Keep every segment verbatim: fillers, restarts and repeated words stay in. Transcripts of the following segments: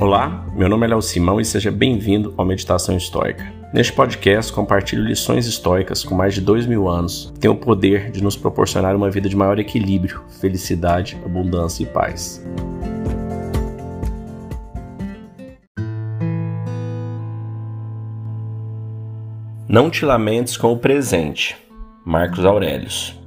Olá, meu nome é Léo Simão e seja bem-vindo ao Meditação Estoica. Neste podcast, compartilho lições estoicas com mais de dois mil anos que têm o poder de nos proporcionar uma vida de maior equilíbrio, felicidade, abundância e paz. Não te lamentes com o presente. Marcos Aurelius.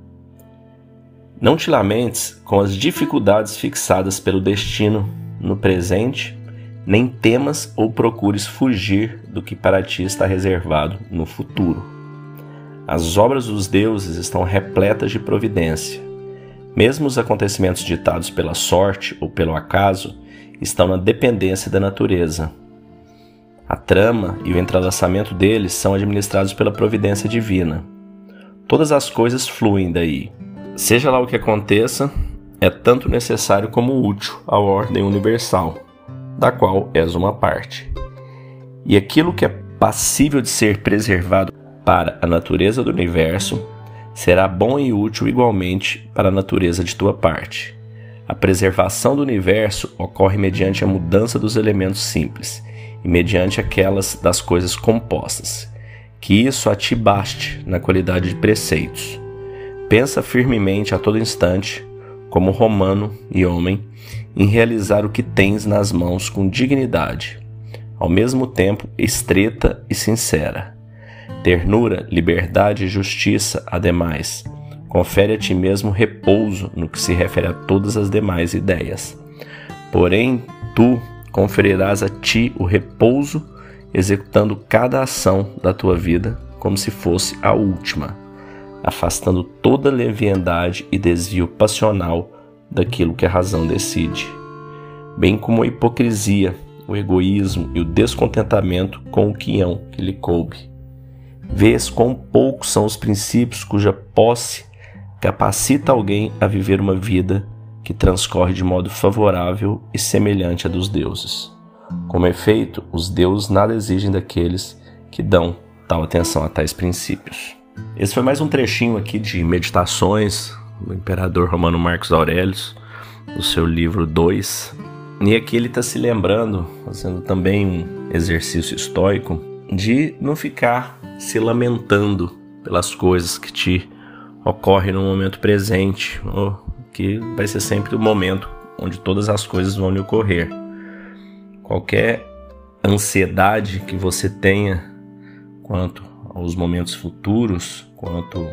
Não te lamentes com as dificuldades fixadas pelo destino no presente, nem temas ou procures fugir do que para ti está reservado no futuro. As obras dos deuses estão repletas de providência. Mesmo os acontecimentos ditados pela sorte ou pelo acaso estão na dependência da natureza. A trama e o entrelaçamento deles são administrados pela providência divina. Todas as coisas fluem daí. Seja lá o que aconteça, é tanto necessário como útil à ordem universal, da qual és uma parte. E aquilo que é passível de ser preservado para a natureza do universo, será bom e útil igualmente para a natureza de tua parte. A preservação do universo ocorre mediante a mudança dos elementos simples e mediante aquelas das coisas compostas, que isso a ti baste na qualidade de preceitos. Pensa firmemente a todo instante, como romano e homem, em realizar o que tens nas mãos com dignidade, ao mesmo tempo estreita e sincera. Ternura, liberdade e justiça, ademais, confere a ti mesmo repouso no que se refere a todas as demais ideias. Porém, tu conferirás a ti o repouso, executando cada ação da tua vida como se fosse a última, afastando toda leviandade e desvio passional daquilo que a razão decide, bem como a hipocrisia, o egoísmo e o descontentamento com o quião que lhe coube. Vês quão poucos são os princípios cuja posse capacita alguém a viver uma vida que transcorre de modo favorável e semelhante à dos deuses. Como efeito, os deuses nada exigem daqueles que dão tal atenção a tais princípios. Esse foi mais um trechinho aqui de Meditações do imperador romano Marcos Aurelius, no seu livro dois. E aqui ele está se lembrando, fazendo também um exercício estoico, de não ficar se lamentando pelas coisas que te ocorrem no momento presente, ou que vai ser sempre o momento onde todas as coisas vão lhe ocorrer. Qualquer ansiedade que você tenha quanto aos momentos futuros, quanto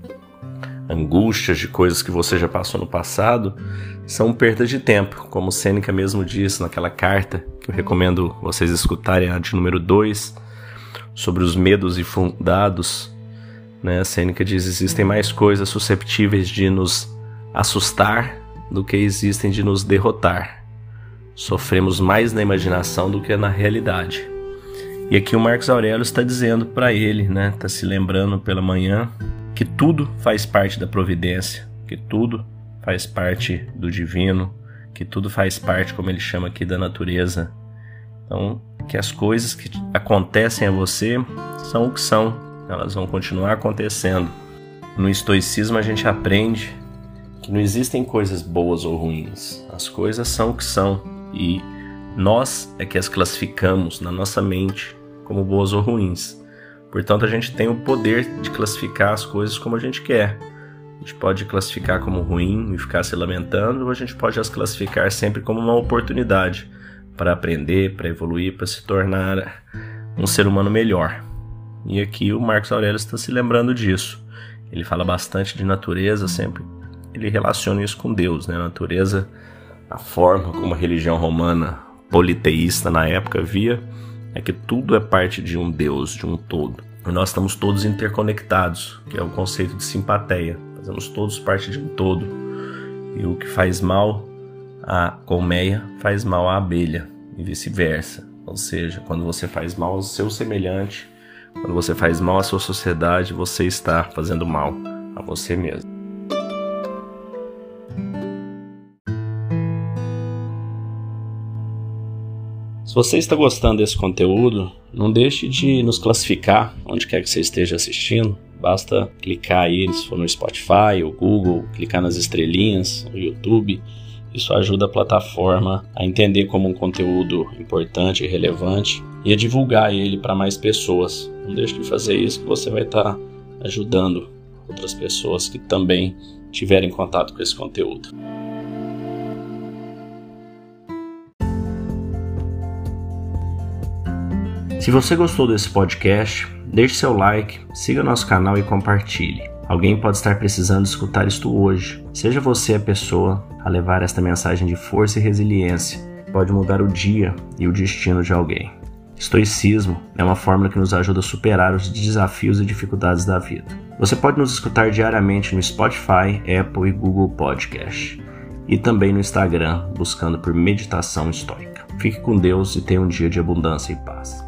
angústias de coisas que você já passou no passado, são perdas de tempo, como Sêneca mesmo disse naquela carta, que eu recomendo vocês escutarem, a de número dois, sobre os medos infundados, né? Sêneca diz: existem mais coisas susceptíveis de nos assustar do que existem de nos derrotar. Sofremos mais na imaginação do que na realidade. E aqui o Marcos Aurelius está dizendo para ele, né, está se lembrando pela manhã, que tudo faz parte da providência, que tudo faz parte do divino, que tudo faz parte, como ele chama aqui, da natureza. Então, que as coisas que acontecem a você são o que são, elas vão continuar acontecendo. No estoicismo a gente aprende que não existem coisas boas ou ruins, as coisas são o que são, e nós é que as classificamos na nossa mente como boas ou ruins. Portanto, a gente tem o poder de classificar as coisas como a gente quer. A gente pode classificar como ruim e ficar se lamentando, ou a gente pode as classificar sempre como uma oportunidade para aprender, para evoluir, para se tornar um ser humano melhor. E aqui o Marcos Aurelius está se lembrando disso. Ele fala bastante de natureza, sempre ele relaciona isso com Deus, né? A natureza, a forma como a religião romana politeísta na época via, é que tudo é parte de um Deus, de um todo. E nós estamos todos interconectados, que é o conceito de simpatia. Fazemos todos parte de um todo. E o que faz mal à colmeia faz mal à abelha, e vice-versa. Ou seja, quando você faz mal ao seu semelhante, quando você faz mal à sua sociedade, você está fazendo mal a você mesmo. Se você está gostando desse conteúdo, não deixe de nos classificar onde quer que você esteja assistindo. Basta clicar aí, se for no Spotify ou Google, clicar nas estrelinhas, no YouTube, Isso ajuda a plataforma a entender como um conteúdo importante e relevante e a divulgar ele para mais pessoas. Não deixe de fazer isso, que você vai estar ajudando outras pessoas que também tiverem contato com esse conteúdo. Se você gostou desse podcast, deixe seu like, siga nosso canal e compartilhe. Alguém pode estar precisando escutar isto hoje. Seja você a pessoa a levar esta mensagem de força e resiliência. Pode mudar o dia e o destino de alguém. Estoicismo é uma fórmula que nos ajuda a superar os desafios e dificuldades da vida. Você pode nos escutar diariamente no Spotify, Apple e Google Podcast. E também no Instagram, buscando por Meditação Estoica. Fique com Deus e tenha um dia de abundância e paz.